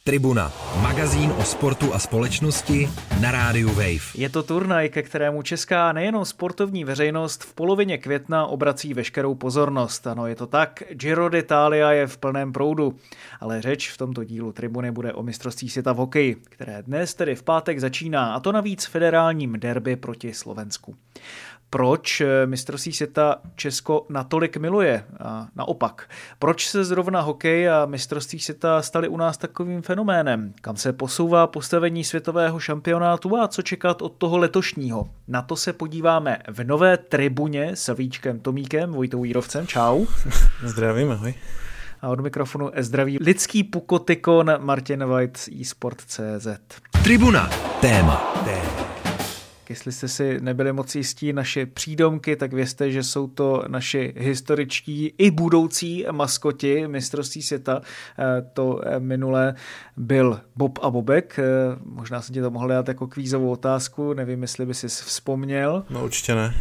Tribuna, magazín o sportu a společnosti na rádiu Wave. Je to turnaj, ke kterému česká nejenom sportovní veřejnost v polovině května obrací veškerou pozornost. Ano, je to tak, Giro d'Italia je v plném proudu, ale řeč v tomto dílu Tribuny bude o mistrovství světa v hokeji, které dnes tedy v pátek začíná, a to navíc federálním derby proti Slovensku. Proč mistrovství světa Česko natolik miluje? A naopak, proč se zrovna hokej a mistrovství světa staly u nás takovým fenoménem? Kam se posouvá postavení světového šampionátu a co čekat od toho letošního? Na to se podíváme v nové Tribuně s Víčkem Tomíkem, Vojtou Jírovcem. Čau. Zdravím, ahoj. A od mikrofonu zdraví lidský pukotikon Martin White z eSport.cz. Tribuna, téma. Jestli jste si nebyli moc jistí naše přídomky, tak vězte, že jsou to naši historičtí i budoucí maskoti mistrovství světa. To minule byl Bob a Bobek. Možná jsem ti to mohl dát jako kvízovou otázku, nevím, jestli by si vzpomněl. No určitě ne.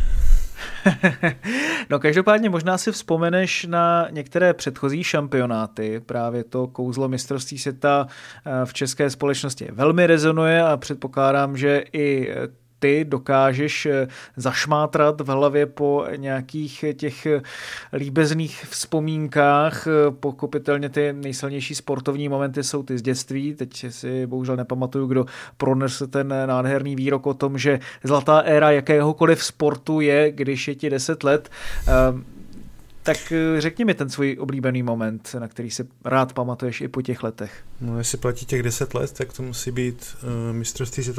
No každopádně možná si vzpomeneš na některé předchozí šampionáty, právě to kouzlo mistrovství světa v české společnosti velmi rezonuje a předpokládám, že i ty dokážeš zašmátrat v hlavě po nějakých těch líbezných vzpomínkách. Pochopitelně ty nejsilnější sportovní momenty jsou ty z dětství. Teď si bohužel nepamatuju, kdo pronesl ten nádherný výrok o tom, že zlatá éra jakéhokoliv sportu je, když je ti 10 let. Tak řekni mi ten svůj oblíbený moment, na který si rád pamatuješ i po těch letech. No, jestli platí těch 10 let, tak to musí být mistrovství světa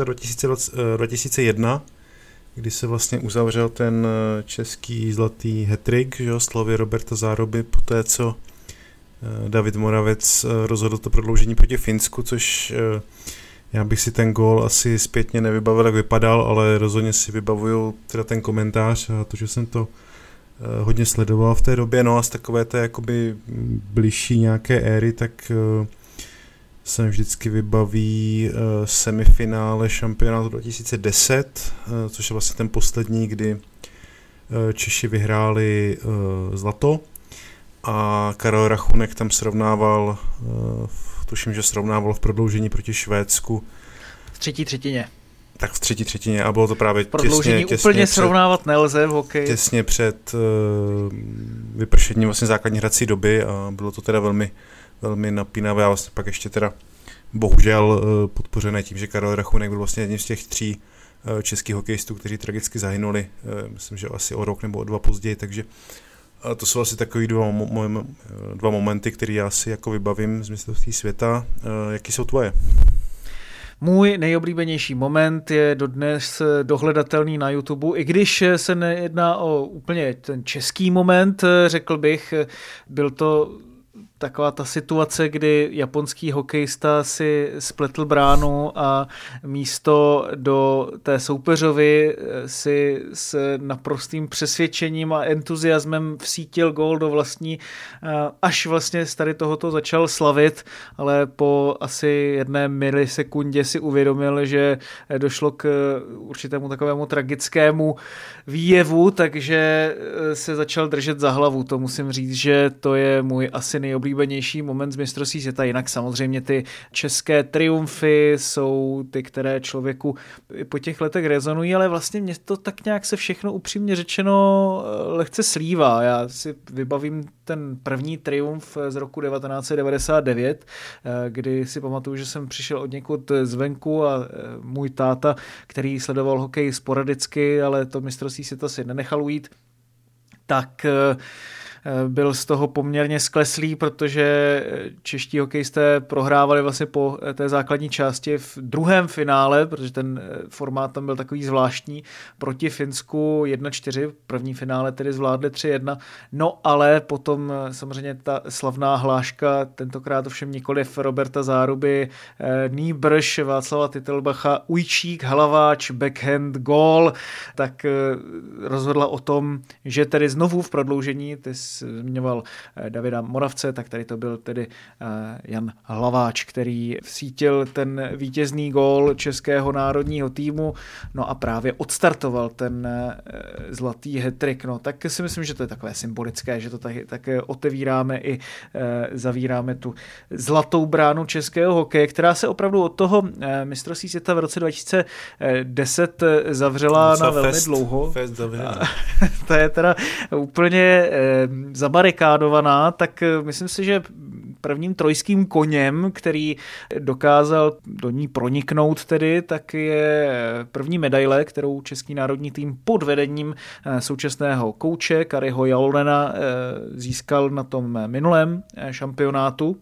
2001, kdy se vlastně uzavřel ten český zlatý hat-trick, že jo, slavy Roberta Záruby, poté co David Moravec rozhodl to prodloužení proti Finsku, což já bych si ten gól asi zpětně nevybavil, jak vypadal, ale rozhodně si vybavuju teda ten komentář a to, že jsem to hodně sledoval v té době, no a z takové té jakoby bližší nějaké éry, tak jsem vždycky vybaví semifinále šampionátu 2010, což je vlastně ten poslední, kdy Češi vyhráli zlato a Karel Rachunek tam srovnával, tuším, že srovnával v prodloužení proti Švédsku. V třetí třetině. Tak v třetí třetině a bylo to právě prodloužení úplně srovnávat nelze v hokeji. Těsně před vypršením vlastně základní hrací doby a bylo to teda velmi, velmi napínavé a vlastně pak ještě teda bohužel podpořené tím, že Karel Rachunek byl vlastně jedním z těch 3 českých hokejistů, kteří tragicky zahynuli, myslím, že asi o rok nebo o 2 později, takže to jsou asi takový dva momenty, které já si jako vybavím z mistrovství světa. Jaký jsou tvoje? Můj nejoblíbenější moment je dodnes dohledatelný na YouTube, i když se nejedná o úplně ten český moment, řekl bych, byl to taková ta situace, kdy japonský hokejista si spletl bránu a místo do té soupeřovy si s naprostým přesvědčením a entuziasmem vsítil gól do vlastní, až vlastně z tady tohoto začal slavit, ale po asi 1 milisekundě si uvědomil, že došlo k určitému takovému tragickému výjevu, takže se začal držet za hlavu. To musím říct, že to je můj asi nejoblíbenější moment z mistrovství světa. Jinak samozřejmě ty české triumfy jsou ty, které člověku po těch letech rezonují, ale vlastně mě to tak nějak se všechno upřímně řečeno lehce slívá. Já si vybavím ten první triumf z roku 1999, kdy si pamatuju, že jsem přišel od někud zvenku a můj táta, který sledoval hokej sporadicky, ale to mistrovství světa si nenechal ujít, tak byl z toho poměrně skleslý, protože čeští hokejisté prohrávali vlastně po té základní části v druhém finále, protože ten formát tam byl takový zvláštní, proti Finsku 1-4, první finále tedy zvládli 3-1, no ale potom samozřejmě ta slavná hláška, tentokrát ovšem nikoliv Roberta Záruby, nýbrž Václava Titlbacha, ujčík, hlaváč, backhand, gól, tak rozhodla o tom, že tedy znovu v prodloužení, ty zmiňoval Davida Moravce, tak tady to byl tedy Jan Hlaváč, který vsítil ten vítězný gól českého národního týmu, no a právě odstartoval ten zlatý hat-trick. No, tak si myslím, že to je takové symbolické, že to tak otevíráme i zavíráme tu zlatou bránu českého hokeje, která se opravdu od toho mistrovství světa v roce 2010 zavřela na velmi dlouho. To je teda úplně zabarikádovaná, tak myslím si, že prvním trojským koněm, který dokázal do ní proniknout tedy, tak je první medaile, kterou český národní tým pod vedením současného kouče Kariho Jalonena získal na tom minulém šampionátu,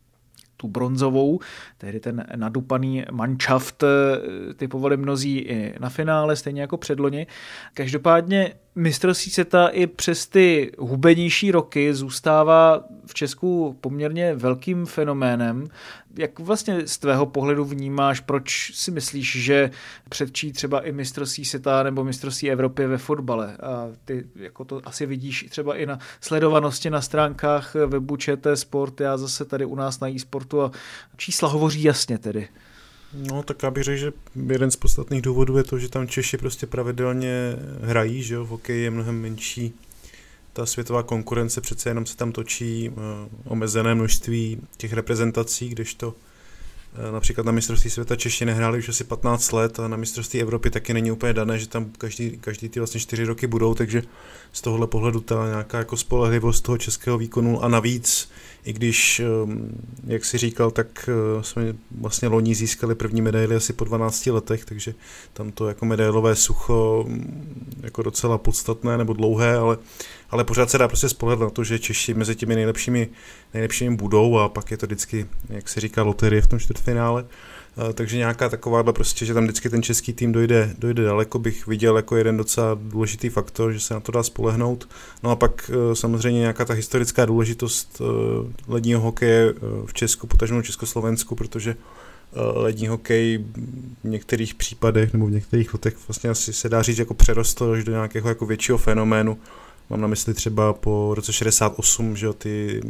tu bronzovou, tehdy ten nadupaný manšaft typovali mnozí i na finále, stejně jako předloni. Každopádně mistrovství světa i přes ty hubenější roky zůstává v Česku poměrně velkým fenoménem. Jak vlastně z tvého pohledu vnímáš, proč si myslíš, že předčí třeba i mistrovství světa nebo mistrovství Evropy ve fotbale? A ty jako to asi vidíš třeba i na sledovanosti na stránkách webu ČT Sport, já zase tady u nás na eSportu a čísla hovoří jasně tedy. No, tak já bych řekl, že jeden z podstatných důvodů je to, že tam Češi prostě pravidelně hrají, že jo, v hokeji je mnohem menší. Ta světová konkurence přece jenom se tam točí omezené množství těch reprezentací, kdežto například na mistrovství světa Češi nehráli už asi 15 let a na mistrovství Evropy taky není úplně dané, že tam každý ty vlastně 4 roky budou, takže z tohohle pohledu ta nějaká jako spolehlivost toho českého výkonu a navíc, i když, jak jsi říkal, tak jsme vlastně loni získali první medaili asi po 12 letech, takže tam to jako medailové sucho jako docela podstatné nebo dlouhé, ale pořád se dá prostě spolehnout na to, že Češi mezi těmi nejlepšími budou a pak je to vždycky, jak se říká, loterie v tom čtvrtfinále. Takže nějaká takováhle prostě, že tam vždycky ten český tým dojde daleko, bych viděl jako jeden docela důležitý faktor, že se na to dá spolehnout. No a pak samozřejmě nějaká ta historická důležitost ledního hokeje v Česku, potažmo v Československu, protože lední hokej v některých případech nebo v některých letech vlastně asi se dá říct jako přerostl až do nějakého jako většího fenoménu. Mám na mysli třeba po roce 68, že ty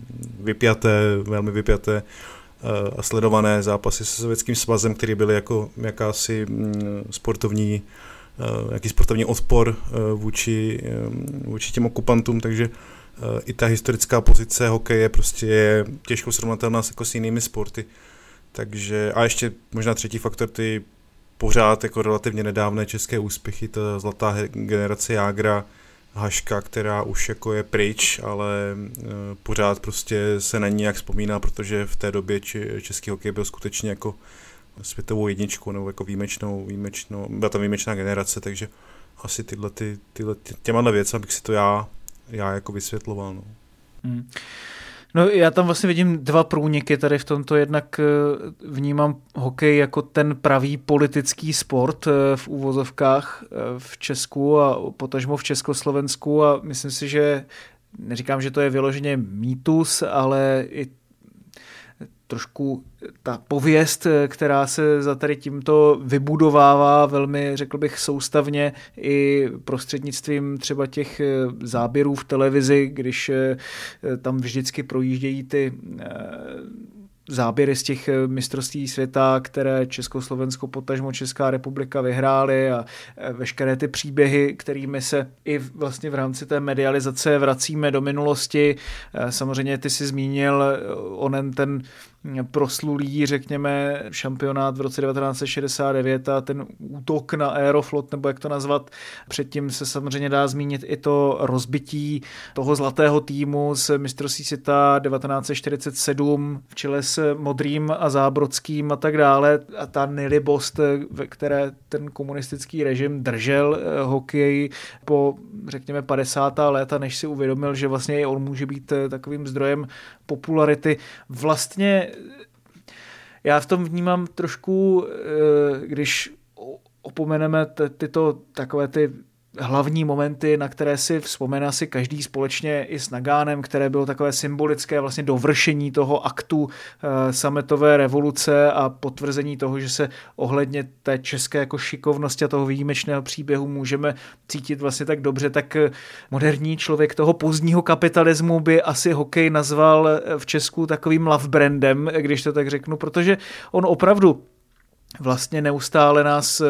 velmi vypjaté a sledované zápasy se Sovětským svazem, které byly jako jaký sportovní odpor vůči těm okupantům, takže i ta historická pozice hokeje prostě je těžko srovnatelná jako s jinými sporty. Takže a ještě možná třetí faktor, ty pořád jako relativně nedávné české úspěchy, ta zlatá generace Jágra, Haška, která už jako je pryč, ale pořád prostě se na ní nějak vzpomíná, protože v té době český hokej byl skutečně jako světovou jedničkou nebo jako výjimečnou, byla to výjimečná generace, takže asi těma věcmi bych si to já jako vysvětloval. No. No já tam vlastně vidím dva průniky tady v tomto, jednak vnímám hokej jako ten pravý politický sport v úvozovkách v Česku a potažmo v Československu a myslím si, že neříkám, že to je vyloženě mýtus, ale i trošku ta pověst, která se za tady tímto vybudovává velmi, řekl bych, soustavně i prostřednictvím třeba těch záběrů v televizi, když tam vždycky projíždějí ty záběry z těch mistrovství světa, které Československo, potažmo Česká republika vyhrály a veškeré ty příběhy, kterými se i vlastně v rámci té medializace vracíme do minulosti. Samozřejmě ty jsi zmínil onen ten proslulý, řekněme, šampionát v roce 1969 a ten útok na Aeroflot, nebo jak to nazvat. Předtím se samozřejmě dá zmínit i to rozbití toho zlatého týmu z mistrovství světa 1947 v čele s Modrým a Zábrodským a tak dále. A ta nelibost, ve které ten komunistický režim držel hokej po, řekněme, 50. léta, než si uvědomil, že vlastně i on může být takovým zdrojem popularity. Vlastně já v tom vnímám trošku, když opomeneme tyto takové ty hlavní momenty, na které si vzpomene asi každý společně i s Nagánem, které bylo takové symbolické vlastně dovršení toho aktu sametové revoluce a potvrzení toho, že se ohledně té české jako šikovnosti a toho výjimečného příběhu můžeme cítit vlastně tak dobře, tak moderní člověk toho pozdního kapitalismu by asi hokej nazval v Česku takovým love brandem, když to tak řeknu, protože on opravdu vlastně neustále nás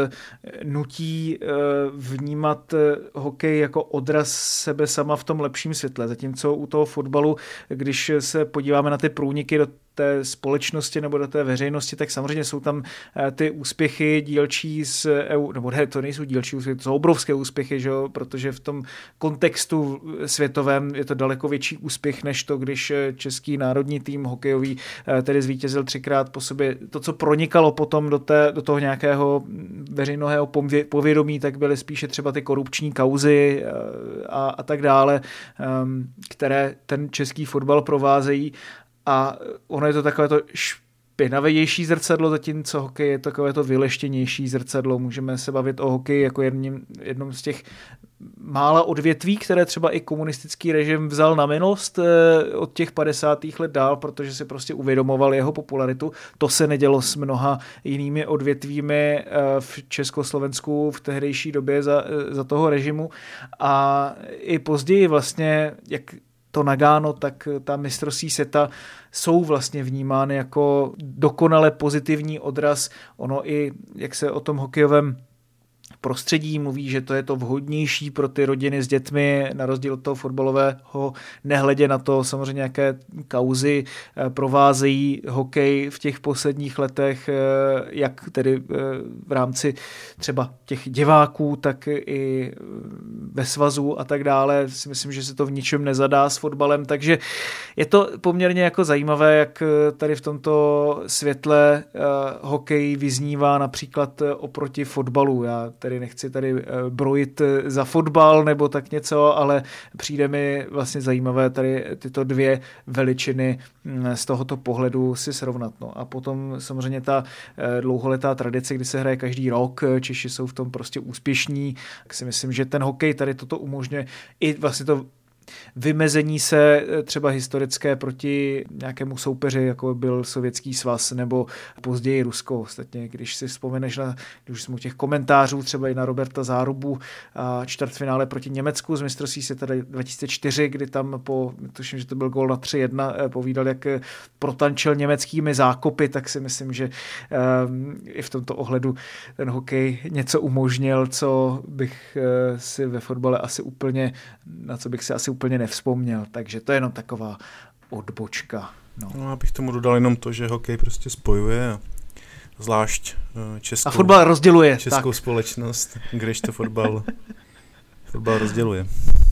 nutí vnímat hokej jako odraz sebe sama v tom lepším světle. Zatímco u toho fotbalu, když se podíváme na ty průniky do té společnosti nebo do té veřejnosti, tak samozřejmě jsou tam ty úspěchy dílčí nebo ne, to nejsou dílčí úspěchy, to jsou obrovské úspěchy, že jo? Protože v tom kontextu světovém je to daleko větší úspěch, než to, když český národní tým hokejový tedy zvítězil 3krát po sobě. To, co pronikalo potom do toho nějakého veřejného povědomí, tak byly spíše třeba ty korupční kauzy a tak dále, které ten český fotbal provázejí. A ono je to takové to špinavější zrcadlo, zatímco hokej je takové to vyleštěnější zrcadlo. Můžeme se bavit o hokeji jako jednom z těch mála odvětví, které třeba i komunistický režim vzal na milost od těch 50. let dál, protože si prostě uvědomoval jeho popularitu. To se nedělo s mnoha jinými odvětvími v Československu v tehdejší době za toho režimu. A i později vlastně, jak to Nagano, tak ta mistrovství světa jsou vlastně vnímány jako dokonale pozitivní odraz. Ono i, jak se o tom hokejovém prostředí mluví, že to je to vhodnější pro ty rodiny s dětmi, na rozdíl od toho fotbalového, nehledě na to samozřejmě jaké kauzy provázejí hokej v těch posledních letech, jak tedy v rámci třeba těch diváků, tak i ve svazu a tak dále. Si myslím, že se to v ničem nezadá s fotbalem, takže je to poměrně jako zajímavé, jak tady v tomto světle hokej vyznívá například oproti fotbalu. Já tedy nechci tady brojit za fotbal nebo tak něco, ale přijde mi vlastně zajímavé tady tyto dvě veličiny z tohoto pohledu si srovnat. No. A potom samozřejmě ta dlouholetá tradice, kdy se hraje každý rok, Češi jsou v tom prostě úspěšní, tak si myslím, že ten hokej tady toto umožňuje i vlastně to vymezení se třeba historické proti nějakému soupeři, jako byl Sovětský svaz nebo později Rusko. Ostatně, když si vzpomeneš když jsme u těch komentářů třeba i na Roberta Zárubu a čtvrtfinále proti Německu z mistrovství světa 2004, kdy tam tuším, že to byl gól na 3-1, povídal, jak protančil německými zákopy, tak si myslím, že i v tomto ohledu ten hokej něco umožnil, co bych si ve fotbale na co bych si asi úplně nevzpomněl, takže to je jenom taková odbočka. No, abych tomu dodal jenom to, že hokej prostě spojuje a zvlášť a fotbal rozděluje. Českou společnost, kdežto fotbal rozděluje.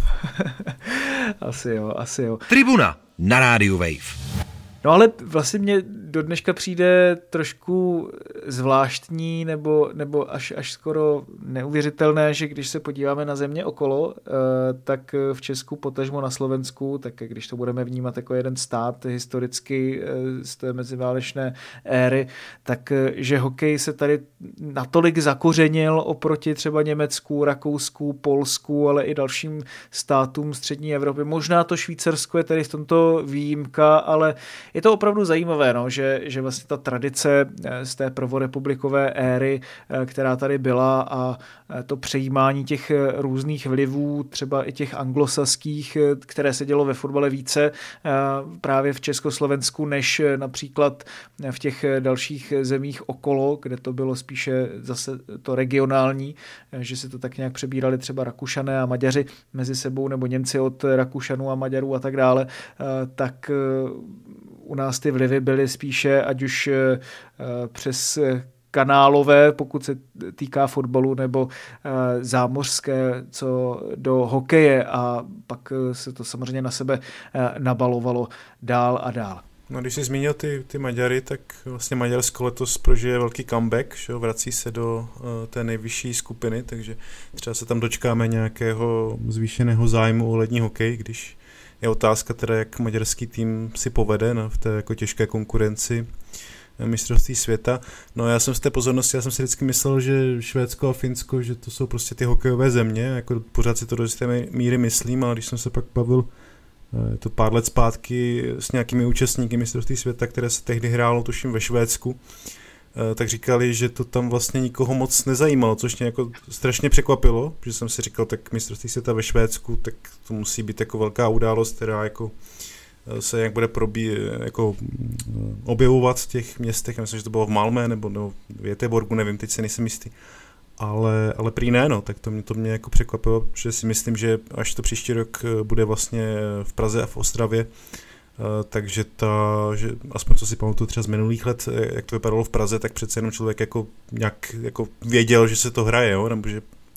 Asi jo. Tribuna na rádiu Wave. No ale vlastně mě do dneška přijde trošku zvláštní nebo až skoro neuvěřitelné, že když se podíváme na země okolo, tak v Česku, potažmo na Slovensku, tak když to budeme vnímat jako jeden stát historicky z té meziválečné éry, tak že hokej se tady natolik zakořenil oproti třeba Německu, Rakousku, Polsku, ale i dalším státům střední Evropy. Možná to Švýcarsko je tady v tomto výjimka, ale je to opravdu zajímavé, no, že vlastně ta tradice z té prvorepublikové éry, která tady byla a to přejímání těch různých vlivů, třeba i těch anglosaských, které se dělo ve fotbale více právě v Československu, než například v těch dalších zemích okolo, kde to bylo spíše zase to regionální, že si to tak nějak přebírali třeba Rakušané a Maďaři mezi sebou, nebo Němci od Rakušanů a Maďarů a tak dále, tak u nás ty vlivy byly spíše ať už přes kanálové, pokud se týká fotbalu, nebo zámořské, co do hokeje, a pak se to samozřejmě na sebe nabalovalo dál a dál. No, když jsi zmínil ty Maďary, tak vlastně Maďarsko letos prožije velký comeback, že? Vrací se do té nejvyšší skupiny, takže třeba se tam dočkáme nějakého zvýšeného zájmu o lední hokej, když je otázka teda, jak maďarský tým si povede v té jako těžké konkurenci mistrovství světa. No já jsem z té pozornosti, já jsem si vždycky myslel, že Švédsko a Finsko, že to jsou prostě ty hokejové země, jako pořád si to do jisté míry myslím, ale když jsem se pak bavil to pár let zpátky s nějakými účastníky mistrovství světa, které se tehdy hrálo, tuším ve Švédsku, tak říkali, že to tam vlastně nikoho moc nezajímalo, což mě jako strašně překvapilo, že jsem si říkal, tak mistrovství světa ve Švédsku, tak to musí být jako velká událost, která jako se jak bude jako objevovat v těch městech, myslím, že to bylo v Malmö nebo v Göteborgu, nevím, teď se nejsem jistý, ale prý ne, no, tak to mě jako překvapilo, že si myslím, že až to příští rok bude vlastně v Praze a v Ostravě, takže že aspoň co si pamatuju třeba z minulých let, jak to vypadalo v Praze, tak přece jenom člověk jako nějak jako věděl, že se to hraje, jo, nebo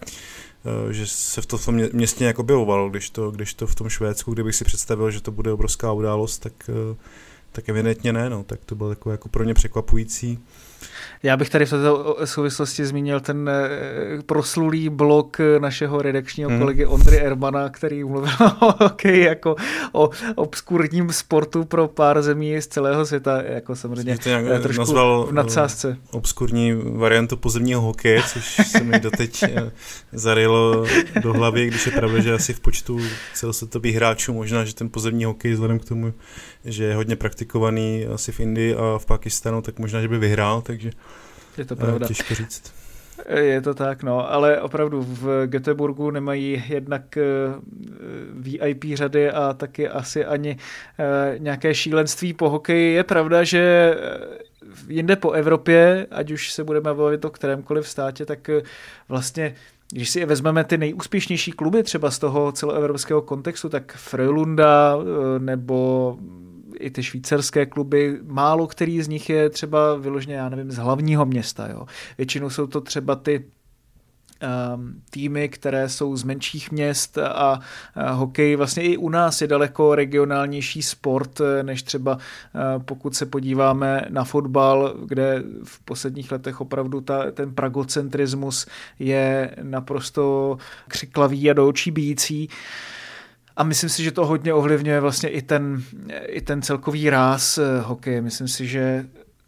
že se v tom městě nějak objevovalo, když to v tom Švédsku, kdybych si představil, že to bude obrovská událost, tak evidentně ne, no, tak to bylo takové jako pro ně překvapující. Já bych tady v této souvislosti zmínil ten proslulý blog našeho redakčního kolegy Ondry Ermana, který mluvil o hokeji jako o obskurním sportu pro pár zemí z celého světa, jako samozřejmě trošku nazval v nadsázce. Obskurní variantu pozemního hokeje, což se mi doteď zarylo do hlavy, když je pravda, že asi v počtu celosvětových hráčů možná, že ten pozemní hokej vzhledem k tomu, že je hodně praktikovaný asi v Indii a v Pakistanu, tak možná, že by vyhrál, takže je to pravda. Těžko říct. Je to tak, no, ale opravdu v Göteborgu nemají jednak VIP řady a taky asi ani nějaké šílenství po hokeji. Je pravda, že jinde po Evropě, ať už se budeme bavit o kterémkoliv státě, tak vlastně když si vezmeme ty nejúspěšnější kluby třeba z toho celoevropského kontextu, tak Frölunda nebo i ty švýcarské kluby, málo který z nich je třeba vyloženě, já nevím, z hlavního města. Jo. Většinou jsou to třeba ty týmy, které jsou z menších měst a hokej vlastně i u nás je daleko regionálnější sport, než třeba pokud se podíváme na fotbal, kde v posledních letech opravdu ten pragocentrismus je naprosto křiklavý a do očí bijící. A myslím si, že to hodně ovlivňuje vlastně i ten celkový ráz hokeje. Myslím si, že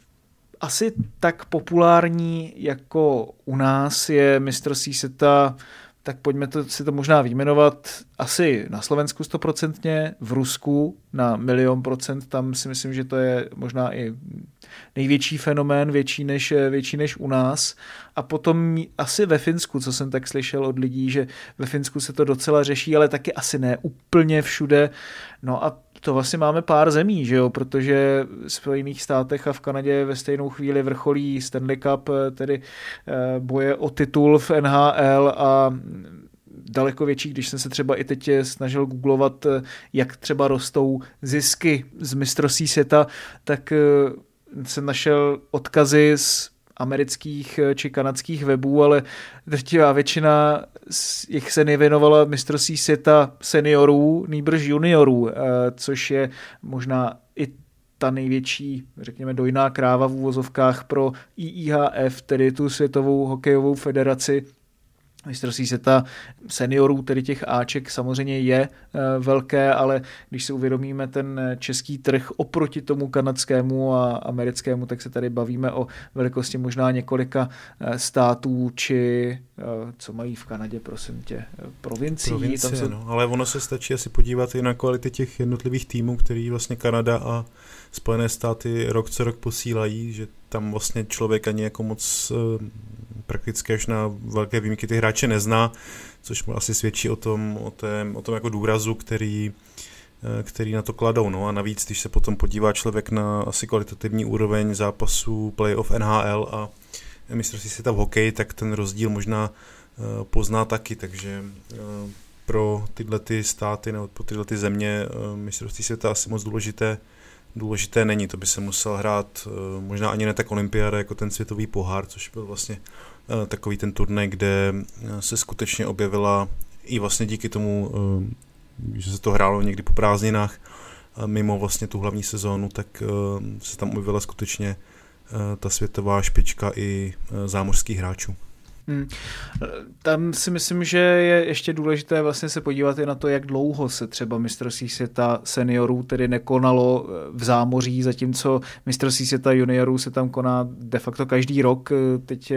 asi tak populární jako u nás je mistrovství světa, tak pojďme si to možná vyjmenovat, asi na Slovensku 100%, v Rusku na 1 000 000%, tam si myslím, že to je možná i největší fenomén, větší než u nás. A potom asi ve Finsku, co jsem tak slyšel od lidí, že ve Finsku se to docela řeší, ale taky asi ne úplně všude. No a to vlastně máme pár zemí, že jo, protože v Spojených státech a v Kanadě ve stejnou chvíli vrcholí Stanley Cup, tedy boje o titul v NHL a daleko větší, když jsem se třeba i teď snažil googlovat, jak třeba rostou zisky z mistrovství světa, tak jsem našel odkazy z amerických či kanadských webů, ale drtivá většina jich se nevěnovala mistrovství světa seniorů, nýbrž juniorů, což je možná i ta největší, řekněme, dojná kráva v uvozovkách pro IIHF, tedy tu Světovou hokejovou federaci. Mistrovství světa seniorů, tedy těch Aček, samozřejmě je velké, ale když si uvědomíme ten český trh oproti tomu kanadskému a americkému, tak se tady bavíme o velikosti možná několika států, či co mají v Kanadě, prosím tě, provincií. Tam se... no, ale ono se stačí asi podívat i na kvality těch jednotlivých týmů, který vlastně Kanada a Spojené státy rok co rok posílají, že tam vlastně člověk ani jako moc prakticky až na velké výjimky ty hráče nezná, což asi svědčí o tom jako důrazu, který na to kladou. No a navíc, když se potom podívá člověk na asi kvalitativní úroveň zápasů playoff NHL a mistrovství světa v hokeji, tak ten rozdíl možná pozná taky, takže pro tyhle ty státy nebo pro tyhle ty země mistrovství světa asi moc důležité není. To by se musel hrát možná ani ne tak olympiáda jako ten světový pohár, což byl vlastně takový ten turnaj, kde se skutečně objevila i vlastně díky tomu, že se to hrálo někdy po prázdninách mimo vlastně tu hlavní sezónu, tak se tam objevila skutečně ta světová špička i zámořských hráčů. Tam si myslím, že je ještě důležité vlastně se podívat i na to, jak dlouho se třeba mistrovství světa seniorů tedy nekonalo v zámoří, zatímco mistrovství světa juniorů se tam koná de facto každý rok. Teď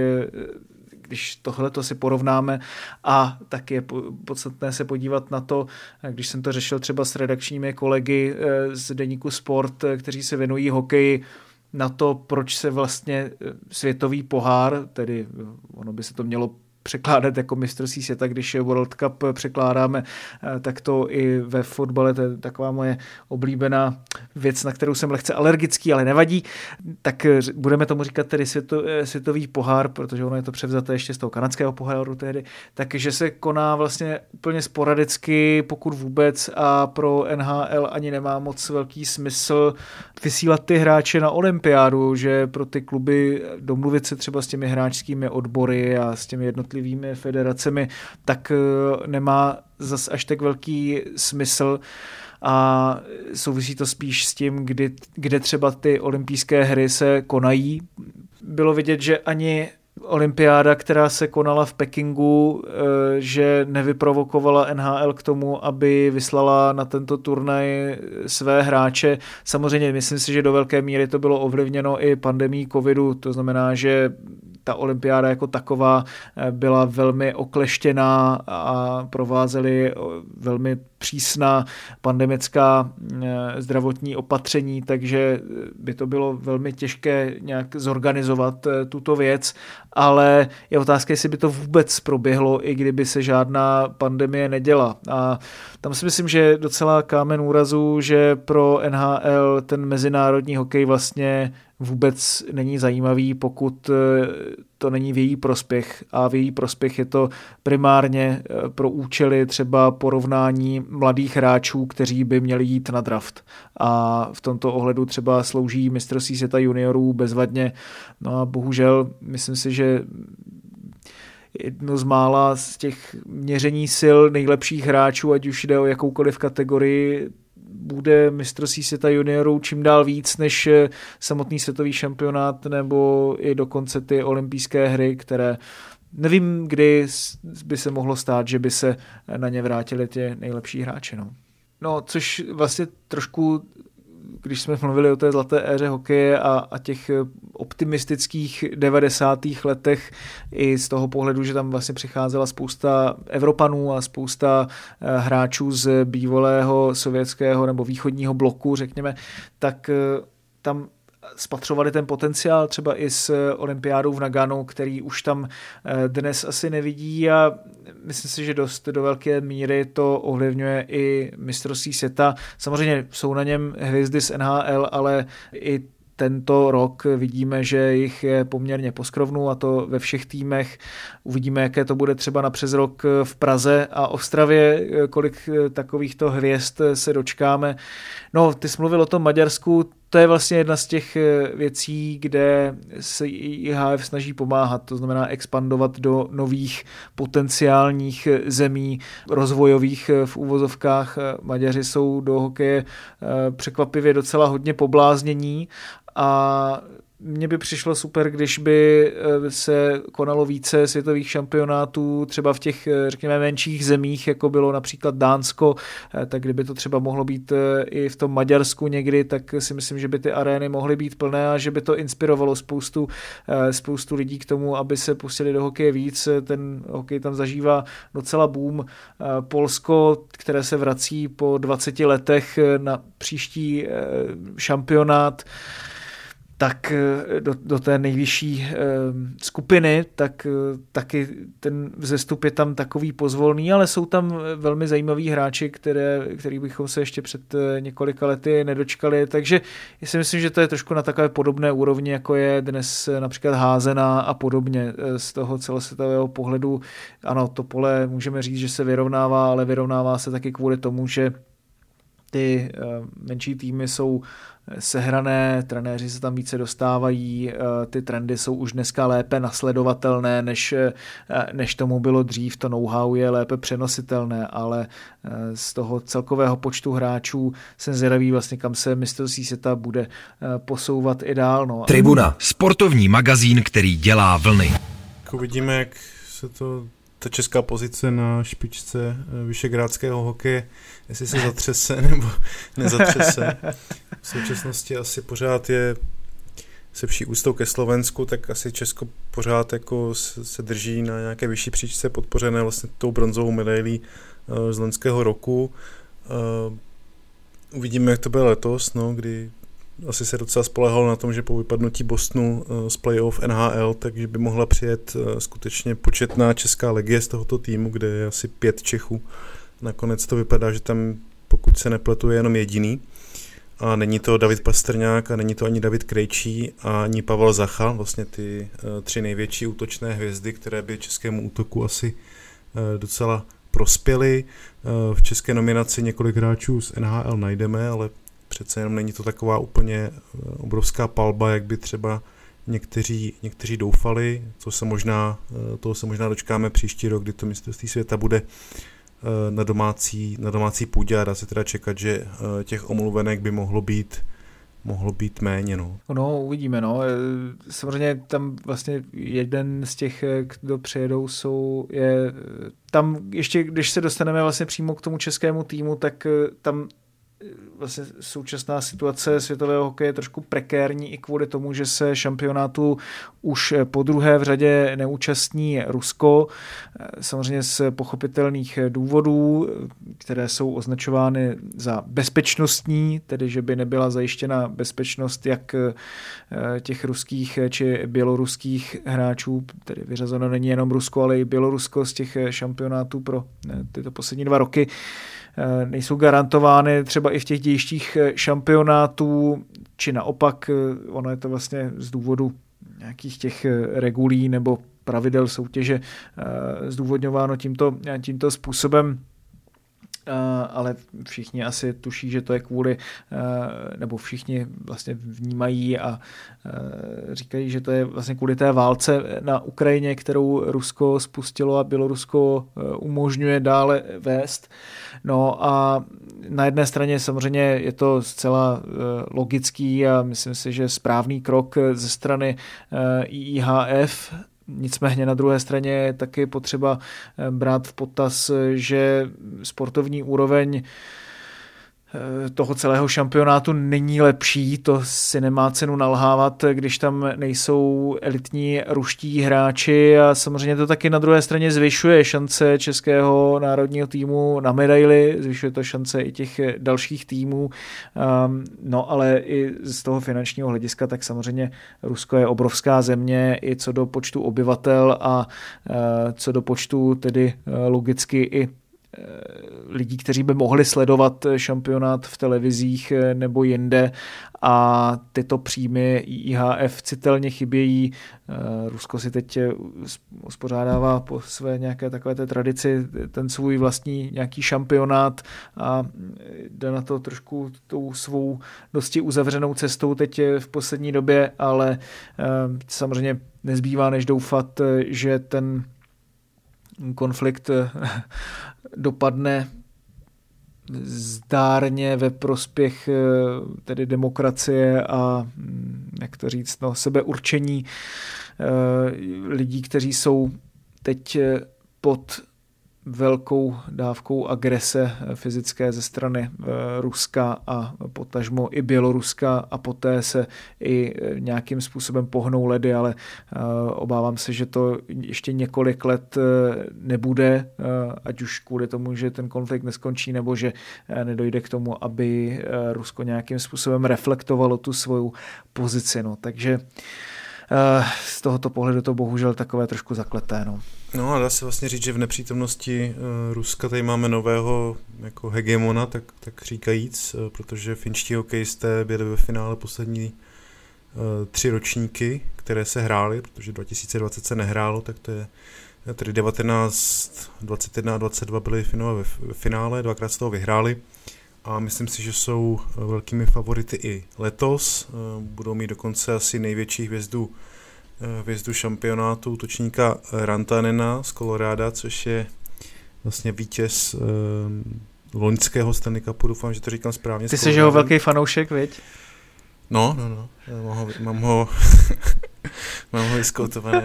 když tohleto si porovnáme, a tak je podstatné se podívat na to, když jsem to řešil třeba s redakčními kolegy z deníku Sport, kteří se věnují hokeji, na to, proč se vlastně světový pohár, tedy ono by se to mělo překládat jako mistrovství světa, když je World Cup překládáme, tak to i ve fotbale, to je taková moje oblíbená věc, na kterou jsem lehce alergický, ale nevadí, tak budeme tomu říkat tedy světový pohár, protože ono je to převzaté ještě z toho kanadského poháru tehdy, takže se koná vlastně úplně sporadicky, pokud vůbec, a pro NHL ani nemá moc velký smysl vysílat ty hráče na olympiádu, že pro ty kluby domluvit se třeba s těmi hráčskými odbory a s těmi jednotlivými federacemi, tak nemá zas až tak velký smysl a souvisí to spíš s tím, kde třeba ty olympijské hry se konají. Bylo vidět, že ani olympiáda, která se konala v Pekingu, že nevyprovokovala NHL k tomu, aby vyslala na tento turnaj své hráče. Samozřejmě myslím si, že do velké míry to bylo ovlivněno i pandemií covidu, to znamená, že ta olympiáda jako taková byla velmi okleštěná a provázely velmi přísná pandemická zdravotní opatření, takže by to bylo velmi těžké nějak zorganizovat tuto věc, ale je otázka, jestli by to vůbec proběhlo, i kdyby se žádná pandemie neděla. A tam si myslím, že je docela kámen úrazu, že pro NHL ten mezinárodní hokej vlastně vůbec není zajímavý, pokud to není v její prospěch, a v její prospěch je to primárně pro účely třeba porovnání mladých hráčů, kteří by měli jít na draft. A v tomto ohledu třeba slouží mistrovství světa juniorů bezvadně. No a bohužel myslím si, že jedno z mála z těch měření sil nejlepších hráčů, ať už jde o jakoukoliv kategorii, bude mistrovství světa juniorů čím dál víc než samotný světový šampionát nebo i dokonce ty olympijské hry, které nevím, kdy by se mohlo stát, že by se na ně vrátili ty nejlepší hráči. No, což vlastně trošku, když jsme mluvili o té zlaté éře hokeje a těch optimistických 90. letech i z toho pohledu, že tam vlastně přicházela spousta Evropanů a spousta hráčů z bývalého sovětského nebo východního bloku, řekněme, tak tam spatřovali ten potenciál třeba i s olympiádou v Naganu, který už tam dnes asi nevidí, a myslím si, že dost do velké míry to ovlivňuje i mistrovství světa. Samozřejmě jsou na něm hvězdy z NHL, ale i tento rok vidíme, že jich je poměrně poskrovnu, a to ve všech týmech. Uvidíme, jaké to bude třeba na přes rok v Praze a Ostravě, kolik takovýchto hvězd se dočkáme. No, ty jsi mluvil o tom Maďarsku, to je vlastně jedna z těch věcí, kde se IHF snaží pomáhat, to znamená expandovat do nových potenciálních zemí rozvojových v uvozovkách. Maďaři jsou do hokeje překvapivě docela hodně pobláznění a mně by přišlo super, když by se konalo více světových šampionátů třeba v těch, řekněme, menších zemích, jako bylo například Dánsko, tak kdyby to třeba mohlo být i v tom Maďarsku někdy, tak si myslím, že by ty arény mohly být plné a že by to inspirovalo spoustu lidí k tomu, aby se pustili do hokeje víc. Ten hokej tam zažívá docela boom. Polsko, které se vrací po 20 letech na příští šampionát, tak do té nejvyšší skupiny, tak taky ten vzestup je tam takový pozvolný, ale jsou tam velmi zajímaví hráči, který bychom se ještě před několika lety nedočkali, takže já si myslím, že to je trošku na takové podobné úrovni, jako je dnes například házená a podobně. Z toho celosvětového pohledu, ano, to pole můžeme říct, že se vyrovnává, ale vyrovnává se taky kvůli tomu, že ty menší týmy jsou sehrané, trenéři se tam více dostávají, ty trendy jsou už dneska lépe nasledovatelné, než tomu bylo dřív, to know-how je lépe přenositelné, ale z toho celkového počtu hráčů jsem zvědavý vlastně, kam se mistrovství světa bude posouvat i dál. No. Tribuna, sportovní magazín, který dělá vlny. uvidíme, jak se ta česká pozice na špičce vyšegrádského hokeje, jestli se zatřese nebo nezatřese. V současnosti asi pořád je, se vší úctou ke Slovensku, tak asi Česko pořád jako se drží na nějaké vyšší příčce, podpořené vlastně tou bronzovou medailí z loňského roku. Uvidíme, jak to bude letos, kdy asi se docela spolehalo na tom, že po vypadnutí Bostonu z playoff NHL, takže by mohla přijet skutečně početná česká legie z tohoto týmu, kde je asi 5 Čechů. Nakonec to vypadá, že tam, pokud se nepletu, je jenom jediný. A není to David Pastrňák a není to ani David Krejčí a ani Pavel Zacha, vlastně ty 3 největší útočné hvězdy, které by českému útoku asi docela prospěly. V české nominaci několik hráčů z NHL najdeme, ale přece jenom není to taková úplně obrovská palba, jak by třeba někteří doufali, toho se možná dočkáme příští rok, kdy to mistrovství světa bude na domácí půdě a dá se teda čekat, že těch omluvenek by mohlo být méně. No, uvidíme. Samozřejmě tam vlastně jeden z těch, kdo přijedou, je tam ještě, když se dostaneme vlastně přímo k tomu českému týmu, tak tam vlastně současná situace světového hokeje je trošku prekérní i kvůli tomu, že se šampionátu už po druhé v řadě neúčastní Rusko. Samozřejmě z pochopitelných důvodů, které jsou označovány za bezpečnostní, tedy že by nebyla zajištěna bezpečnost jak těch ruských či běloruských hráčů, tedy vyřazeno není jenom Rusko, ale i Bělorusko z těch šampionátů pro tyto poslední 2 roky. Nejsou garantovány třeba i v těch dějištích šampionátů, či naopak, ono je to vlastně z důvodu nějakých těch regulí nebo pravidel soutěže zdůvodňováno tímto způsobem. Ale všichni asi tuší, že to je kvůli, nebo všichni vlastně vnímají a říkají, že to je vlastně kvůli té válce na Ukrajině, kterou Rusko spustilo a Bělorusko umožňuje dále vést. No a na jedné straně samozřejmě je to zcela logický a myslím si, že správný krok ze strany IIHF. Nicméně na druhé straně je taky potřeba brát v potaz, že sportovní úroveň toho celého šampionátu není lepší, to si nemá cenu nalhávat, když tam nejsou elitní ruští hráči a samozřejmě to taky na druhé straně zvyšuje šance českého národního týmu na medaily, zvyšuje to šance i těch dalších týmů, no ale i z toho finančního hlediska, tak samozřejmě Rusko je obrovská země i co do počtu obyvatel a co do počtu tedy logicky i lidí, kteří by mohli sledovat šampionát v televizích nebo jinde a tyto příjmy IIHF citelně chybějí. Rusko si teď uspořádává po své nějaké takové té tradici ten svůj vlastní nějaký šampionát a jde na to trošku tou svou dosti uzavřenou cestou teď v poslední době, ale samozřejmě nezbývá než doufat, že ten konflikt dopadne zdárně ve prospěch tedy demokracie a jak to říct, sebeurčení lidí, kteří jsou teď pod velkou dávkou agrese fyzické ze strany Ruska a potažmo i Běloruska a poté se i nějakým způsobem pohnou ledy, ale obávám se, že to ještě několik let nebude, ať už kvůli tomu, že ten konflikt neskončí, nebo že nedojde k tomu, aby Rusko nějakým způsobem reflektovalo tu svou pozici. Takže z tohoto pohledu to bohužel takové trošku zakleté. No a dá se vlastně říct, že v nepřítomnosti Ruska tady máme nového jako hegemona, tak říkajíc, protože finští hokejisté byli ve finále poslední 3 ročníky, které se hrály, protože 2020 se nehrálo, tak to je tedy 19, 21 a 22 byli Finové ve finále, 2krát z toho vyhráli a myslím si, že jsou velkými favority i letos. Budou mít dokonce asi největší hvězdu šampionátu, útočníka Rantanena z Koloráda, což je vlastně vítěz loňského Stanley Cupu, doufám, že to říkám správně. Ty jsi jeho velký fanoušek, viď? No, mám ho vyskoutovaného.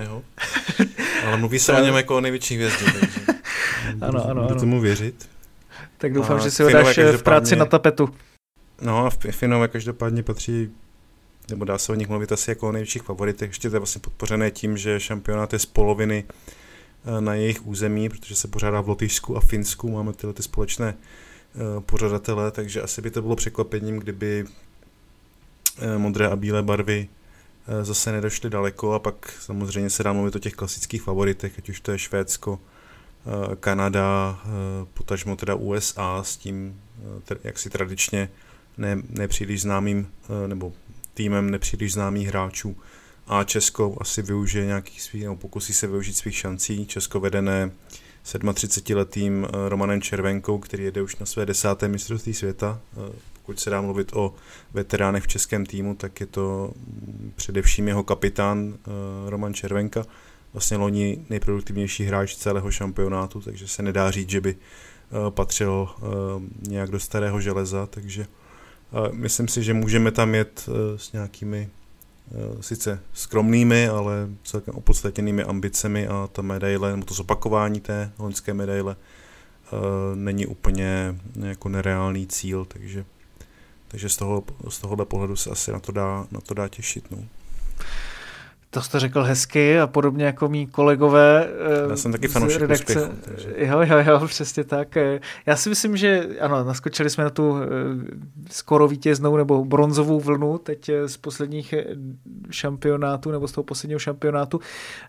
Ale mluví se o něm jako o největší hvězdě, takže ano. budu tomu věřit. Tak doufám, že si ho dáš v práci na tapetu. No a Finové každopádně patří, nebo dá se o nich mluvit asi jako o největších favoritech. Ještě to je vlastně podpořené tím, že šampionát je z poloviny na jejich území, protože se pořádá v Lotyšsku a Finsku, máme tyhle ty společné pořadatele, takže asi by to bylo překvapením, kdyby modré a bílé barvy zase nedošly daleko a pak samozřejmě se dá mluvit o těch klasických favoritech, ať už to je Švédsko, Kanada, potažmo teda USA s tím, jak si tradičně nepříliš známým, nebo týmem nepříliš známých hráčů. A Česko asi využije nějakých svých, nebo pokusí se využít svých šancí. Česko vedené 37letým Romanem Červenkou, který jede už na své 10. mistrovství světa. Pokud se dá mluvit o veteránech v českém týmu, tak je to především jeho kapitán Roman Červenka. Vlastně loni nejproduktivnější hráč celého šampionátu, takže se nedá říct, že by patřil nějak do starého železa, takže myslím si, že můžeme tam jet s nějakými sice skromnými, ale celkem opodstatněnými ambicemi a ta medaile, nebo to zopakování té loňské medaile není úplně jako nereálný cíl, takže z tohohle pohledu se asi na to dá těšit. No. To jste řekl hezky a podobně jako mí kolegové. Já jsem taky fanoušek úspěchu. Takže... Jo, přesně tak. Já si myslím, že ano, naskočili jsme na tu skoro vítěznou nebo bronzovou vlnu teď z posledních šampionátů nebo z toho posledního šampionátu.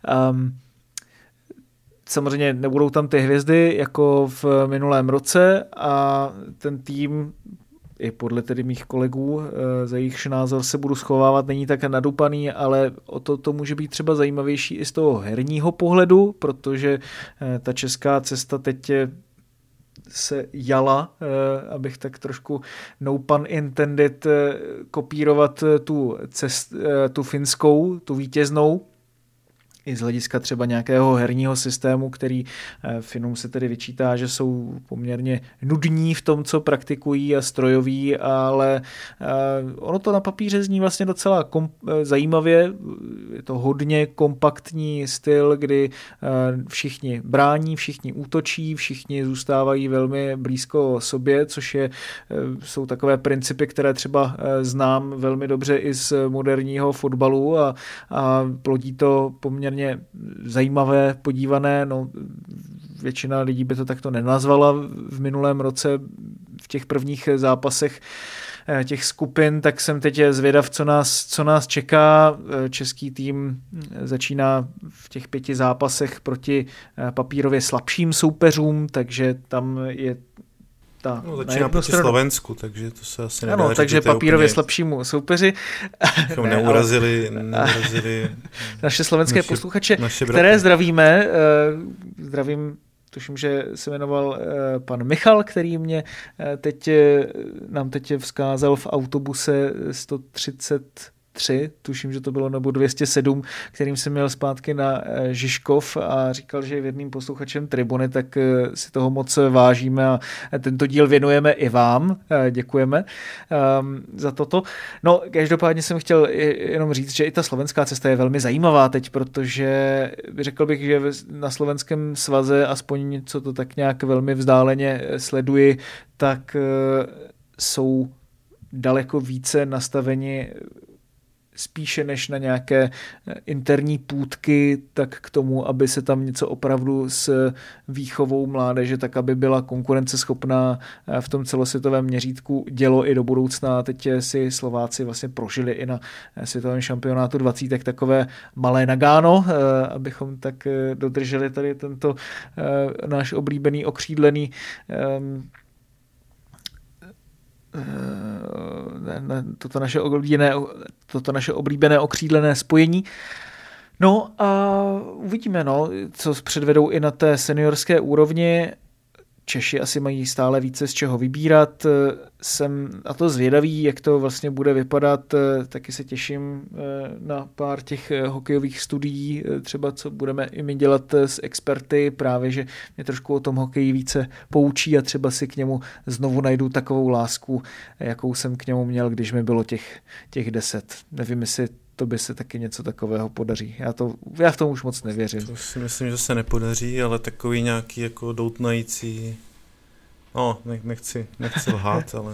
Samozřejmě nebudou tam ty hvězdy jako v minulém roce a ten tým i podle tedy mých kolegů, za jejichž názor se budu schovávat, není tak nadupaný, ale o to může být třeba zajímavější i z toho herního pohledu, protože ta česká cesta teď se jala, abych tak trošku no pun intended kopírovat tu finskou, tu vítěznou, i z hlediska třeba nějakého herního systému, který Finům se tedy vyčítá, že jsou poměrně nudní v tom, co praktikují a strojoví, ale ono to na papíře zní vlastně docela zajímavě. Je to hodně kompaktní styl, kdy všichni brání, všichni útočí, všichni zůstávají velmi blízko sobě, což jsou takové principy, které třeba znám velmi dobře i z moderního fotbalu a plodí to poměrně zajímavé, podívané, no většina lidí by to takto nenazvala v minulém roce v těch prvních zápasech těch skupin, tak jsem teď zvědav, co nás čeká. Český tým začíná v těch 5 zápasech proti papírově slabším soupeřům, takže tam je začíná proti Slovensku, takže to se asi nedá říct. Takže papírově slabšímu soupeři. Neurazili naše slovenské posluchače, které zdravíme. Zdravím, tuším, že se jmenoval pan Michal, který nám teď vzkázal v autobuse 133, tuším, že to bylo, nebo 207, kterým jsem měl zpátky na Žižkov a říkal, že je věrným posluchačem Tribuny, tak si toho moc vážíme a tento díl věnujeme i vám. Děkujeme za toto. No, každopádně jsem chtěl jenom říct, že i ta slovenská cesta je velmi zajímavá teď, protože řekl bych, že na slovenském svaze, aspoň co to tak nějak velmi vzdáleně sleduji, tak jsou daleko více nastaveni spíše než na nějaké interní půtky, tak k tomu, aby se tam něco opravdu s výchovou mládeže, tak aby byla konkurenceschopná v tom celosvětovém měřítku dělo i do budoucna. Teď si Slováci vlastně prožili i na světovém šampionátu 20 takové malé Nagano, abychom tak dodrželi tady tento náš oblíbený okřídlený toto naše oblíbené okřídlené spojení. No a uvidíme, co předvedou i na té seniorské úrovni. Češi asi mají stále více z čeho vybírat. Jsem na to zvědavý, jak to vlastně bude vypadat. Taky se těším na pár těch hokejových studií, třeba co budeme i my dělat s experty, právě že mě trošku o tom hokeji více poučí a třeba si k němu znovu najdu takovou lásku, jakou jsem k němu měl, když mi bylo těch 10. Nevím, jestli to by se taky něco takového podaří. Já v tom už moc nevěřím. To si myslím, že se nepodaří, ale takový nějaký jako doutnající, nechci lhát, ale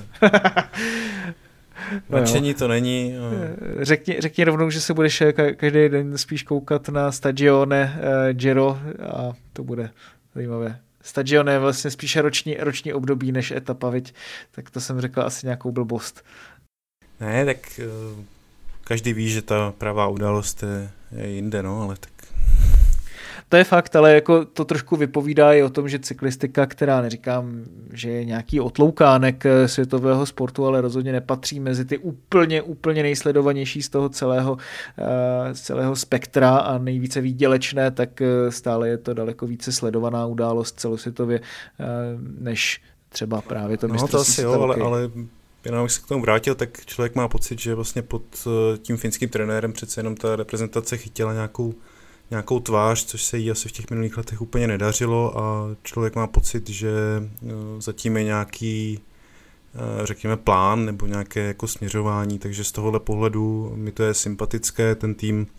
nadšení to není. Řekni rovnou, že se budeš každý den spíš koukat na Stagione Giro a to bude zajímavé. Stagione je vlastně spíše roční období než etapa, viď? Tak to jsem řekl asi nějakou blbost. Ne, tak každý ví, že ta pravá událost je jinde, ale tak. To je fakt, ale jako to trošku vypovídá i o tom, že cyklistika, která neříkám, že je nějaký otloukánek světového sportu, ale rozhodně nepatří mezi ty úplně nejsledovanější z toho celého spektra a nejvíce výdělečné, tak stále je to daleko více sledovaná událost celosvětově, než třeba právě to mistrovství světa. Ale jenom bych se k tomu vrátil, tak člověk má pocit, že vlastně pod tím finským trenérem přece jenom ta reprezentace chytila nějakou tvář, což se jí asi v těch minulých letech úplně nedařilo a člověk má pocit, že zatím je nějaký, řekněme, plán nebo nějaké jako směřování, takže z tohohle pohledu mi to je sympatické, ten tým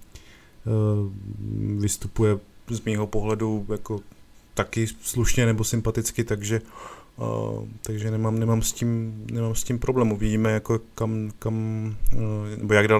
vystupuje z mýho pohledu jako taky slušně nebo sympaticky, takže nemám s tím problém. Uvidíme, jako kam nebo jak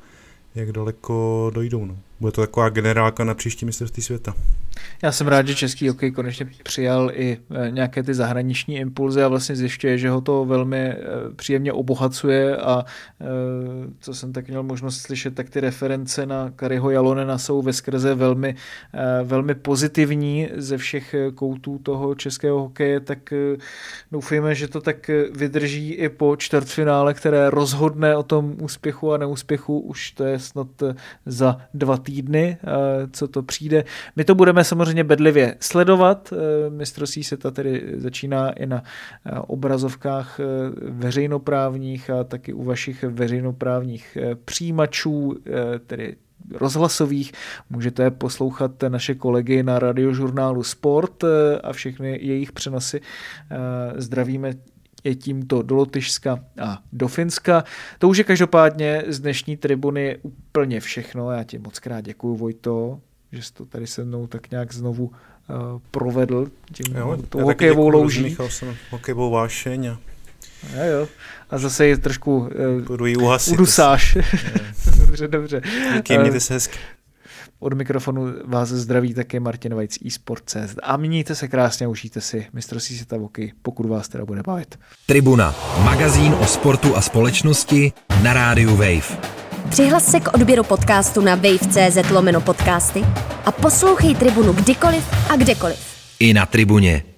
daleko dojdou. Bude to taková generálka na příští mistrovství světa. Já jsem rád, že český hokej konečně přijal i nějaké ty zahraniční impulzy a vlastně zjišťuje, že ho to velmi příjemně obohacuje a co jsem tak měl možnost slyšet, tak ty reference na Kariho Jalonena jsou veskrze velmi pozitivní ze všech koutů toho českého hokeje, tak doufejme, že to tak vydrží i po čtvrtfinále, které rozhodne o tom úspěchu a neúspěchu. Už to je snad za 2 týdny, co to přijde. My to budeme samozřejmě bedlivě sledovat. Mistrovství světa tedy začíná i na obrazovkách veřejnoprávních a taky u vašich veřejnoprávních přijímačů, tedy rozhlasových. Můžete poslouchat naše kolegy na radiožurnálu Sport a všechny jejich přenosy. Zdravíme je tímto do Lotyšska a do Finska. To už je každopádně z dnešní tribuny úplně všechno. Já ti moc krát děkuju, Vojto, že jsi to tady se mnou tak nějak znovu provedl tou hokejovou louží. Michal jsem hokejovou vášeň a jo. A zase je trošku uhasit, udusáš. Dobře. Díky, mějte se hezky. Od mikrofonu vás zdraví také Martin Vajc, eSport.cz. A mějte se krásně, užijte si mistrovství světa v hokeji, pokud vás teda bude bavit. Tribuna, magazín o sportu a společnosti na rádiu Wave. Přihlas se k odběru podcastu na wave.cz/podcasty a poslouchej Tribunu kdykoliv a kdekoliv. I na tribuně.